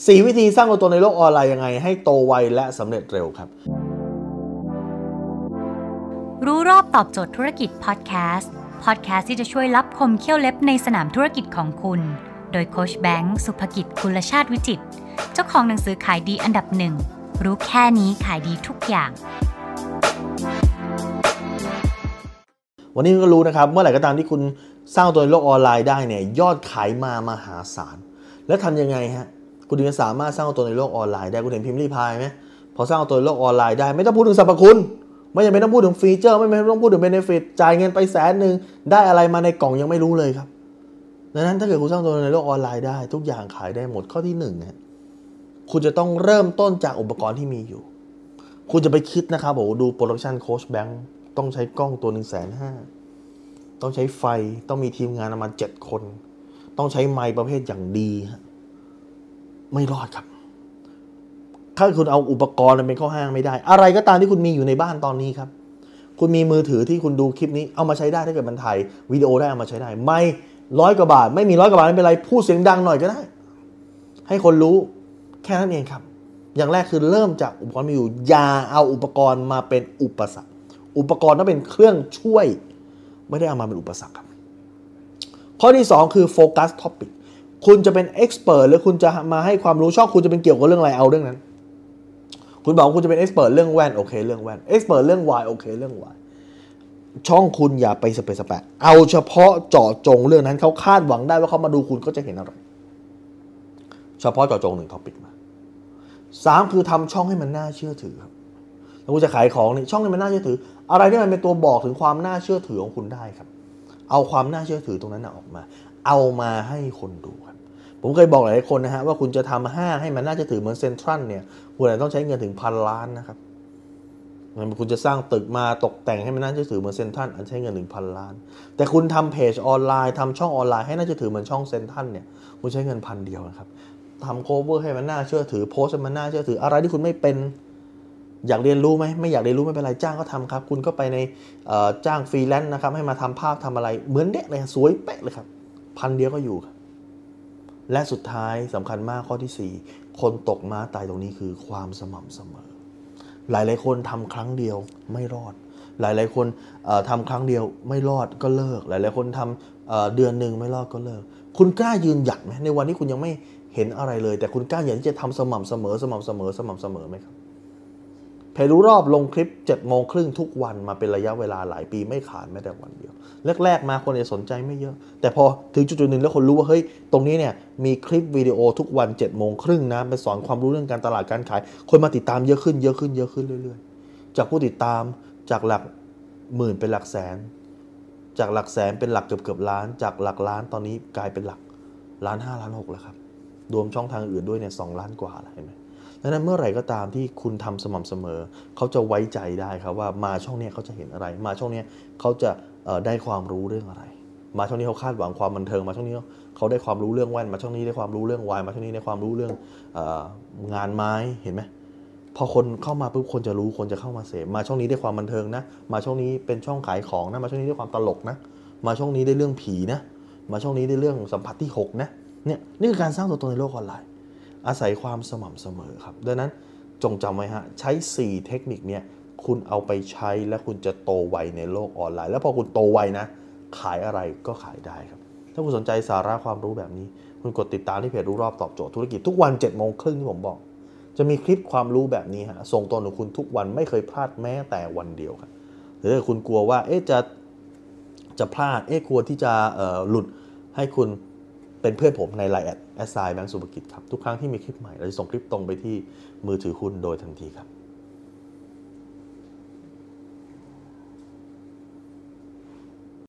4 วิธีสร้างตัวตนในโลกออนไลน์ยังไงให้โตไวและสำเร็จเร็วครับรู้รอบตอบโจทย์ธุรกิจพอดแคสต์ที่จะช่วยลับคมเขี้ยวเล็บในสนามธุรกิจของคุณโดยโค้ชแบงค์สุภกิจกุลชาติวิจิตรเจ้าของหนังสือขายดีอันดับ1รู้แค่นี้ขายดีทุกอย่างวันนี้ก็รู้นะครับเมื่อไหร่ก็ตามที่คุณสร้างตัวในโลกออนไลน์ได้เนี่ยยอดขายมหาศาลแล้วทำยังไงฮะคุณถึงจะสามารถสร้างตัวในโลกออนไลน์ได้คุณเห็นพิมพ์รีพายไหมพอสร้างตัวในโลกออนไลน์ได้ไม่ต้องพูดถึงสรรพคุณไม่จำเป็นต้องพูดถึงฟีเจอร์ไม่จำเป็นต้องพูดถึงเบเนฟิตจ่ายเงินไป100,000ได้อะไรมาในกล่องยังไม่รู้เลยครับดังนั้นถ้าเกิดคุณสร้างตัวในโลกออนไลน์ได้ทุกอย่างขายได้หมดข้อที่1นะคุณจะต้องเริ่มต้นจากอุปกรณ์ที่มีอยู่คุณจะไปคิดนะครับดูโปรดักชันโค้ชแบงค์ต้องใช้กล้องตัว 150,000 ต้องใช้ไฟต้องมีทีมงานประมาณ7 คนต้องใช้ไมค์ประเภทอย่างดีไม่รอดครับถ้าคุณเอาอุปกรณ์เป็นข้อห้างไม่ได้อะไรก็ตามที่คุณมีอยู่ในบ้านตอนนี้ครับคุณมีมือถือที่คุณดูคลิปนี้เอามาใช้ได้ถ้าเกิดมันถ่ายวิดีโอได้เอามาใช้ได้ไม่100 กว่าบาทไม่มี100 กว่าบาทไม่เป็นไรพูดเสียงดังหน่อยก็ได้ให้คนรู้แค่นั้นเองครับอย่างแรกคือเริ่มจากอุปกรณ์มีอยู่อย่าเอาอุปกรณ์มาเป็นอุปสรรคอุปกรณ์ต้องเป็นเครื่องช่วยไม่ได้เอามาเป็นอุปสรรคครับข้อที่2คือโฟกัสท็อปิกคุณจะเป็นเอ็กซ์เพิร์ทหรือคุณจะมาให้ความรู้ช่องคุณจะเป็นเกี่ยวกับเรื่องอะไรเอาเรื่องนั้นคุณบอกคุณจะเป็นเอ็กซ์เพิร์ทเรื่องแว่นโอเคเรื่องแว่นเอ็กซ์เพิร์ทเรื่องวายโอเคเรื่องวายช่องคุณอย่าไปสเปซสแปะเอาเฉพาะเจาะจงเรื่องนั้นเขาคาดหวังได้ว่าเขามาดูคุณก็จะเห็นอะไรเฉพาะเจาะจง1ท็อปิกมา3คือทำช่องให้มันน่าเชื่อถือครับแล้วคุณจะขายของนี่ช่องให้มันน่าเชื่อถืออะไรที่มันเป็นตัวบอกถึงความน่าเชื่อถือของคุณได้ครับเอาความน่าเชื่อถือตรงนั้นออกมาเอามาให้คนดูครับผมเคยบอกหลายคนนะฮะว่าคุณจะทำห้างให้มันน่าเชื่อถือเหมือนเซ็นทรัลเนี่ยคุณอาจต้องใช้เงินถึง1,000 ล้านนะครับคุณจะสร้างตึกมาตกแต่งให้มันน่าเชื่อถือเหมือนเซ็นทรัลอันใช้เงินถึง1,000 ล้านแต่คุณทำเพจออนไลน์ทำช่องออนไลน์ให้น่าเชื่อถือเหมือนช่องเซ็นทรัลเนี่ยคุณใช้เงิน1,000 เดียวนะครับทำโคเวอร์ให้มันน่าเชื่อถือโพสให้มันน่าเชื่อถืออะไรที่คุณไม่เป็นอยากเรียนรู้ไหมไม่อยากเรียนรู้ไม่เป็นไรจ้างก็ทำครับคุณก็ไปในจ้างฟรีแลนซ์นะครับให้มาทำภาพทำอะไรเหมือนเด็กเลยสวยเป๊ะเลยครับ1,000 เดียวก็อยู่ครับและสุดท้ายสำคัญมากข้อที่4คนตกม้าตายตรงนี้คือความสม่ำเสมอหลายคนทำครั้งเดียวไม่รอดหลายคนทำครั้งเดียวไม่รอดก็เลิกหลายคนทำเดือนนึงไม่รอดก็เลิกคุณกล้ายืนหยัดไหมในวันที่คุณยังไม่เห็นอะไรเลยแต่คุณกล้าอย่างที่จะทำสม่ำเสมอไหมครับเพจรู้รอบลงคลิป 7:30 น.ทุกวันมาเป็นระยะเวลาหลายปีไม่ขาดแม้แต่วันเดียวแรกๆมาคนจะสนใจไม่เยอะแต่พอถึงจุดๆนึงแล้วคนรู้ว่าเฮ้ยตรงนี้เนี่ยมีคลิปวิดีโอทุกวัน 7:30 น.นะไปสอนความรู้เรื่องการตลาดการขายคนมาติดตามเยอะขึ้นเรื่อยๆจากผู้ติดตามจากหลักหมื่นเป็นหลักแสนจากหลักแสนเป็นหลักเกือบล้านจากหลักล้านตอนนี้กลายเป็นหลักล้าน5ล้าน6แล้วครับรวมช่องทางอื่นด้วยเนี่ย2 ล้านกว่าแล้วเห็นไหมดังนั้นเมื่อไหร่ก็ตามที่คุณทำสม่ำเสมอเขาจะไว้ใจได้ครับว่ามาช่องนี้เขาจะเห็นอะไรมาช่องนี้เขาจะได้ความรู้เรื่องอะไรมาช่องนี้เขาคาดหวังความบันเทิงมาช่องนี้เขาได้ความรู้เรื่องแว่นมาช่องนี้ได้ความรู้เรื่องวายมาช่องนี้ได้ความรู้เรื่องงานไม้เห็นไหมพอคนเข้ามาปุ๊บคนจะรู้คนจะเข้ามาเสพมาช่องนี้ได้ความบันเทิงนะมาช่องนี้เป็นช่องขายของนะมาช่องนี้ได้ความตลกนะมาช่องนี้ได้เรื่องผีนะมาช่องนี้ได้เรื่องสัมผัสที่6นะนี่คือการสร้างตัวตนในโลกออนไลน์อาศัยความสม่ำเสมอครับดังนั้นจงจำไว้ฮะใช้4เทคนิคเนี่ยคุณเอาไปใช้และคุณจะโตไวในโลกออนไลน์แล้วพอคุณโตไวนะขายอะไรก็ขายได้ครับถ้าคุณสนใจสาระความรู้แบบนี้คุณกดติดตามที่เพจรู้รอบตอบโจทย์ธุรกิจทุกวัน 7:30 น.ที่ผมบอกจะมีคลิปความรู้แบบนี้ฮะส่งตรงถึงคุณทุกวันไม่เคยพลาดแม้แต่วันเดียวครับหรือถ้าคุณกลัวว่าจะพลาดกลัวที่จะหลุดให้คุณเป็นเพื่อนผมใน LINE@ แบงค์สุภกิจครับทุกครั้งที่มีคลิปใหม่เราจะส่งคลิปตรงไปที่มือถือคุณโดยทันทีครับ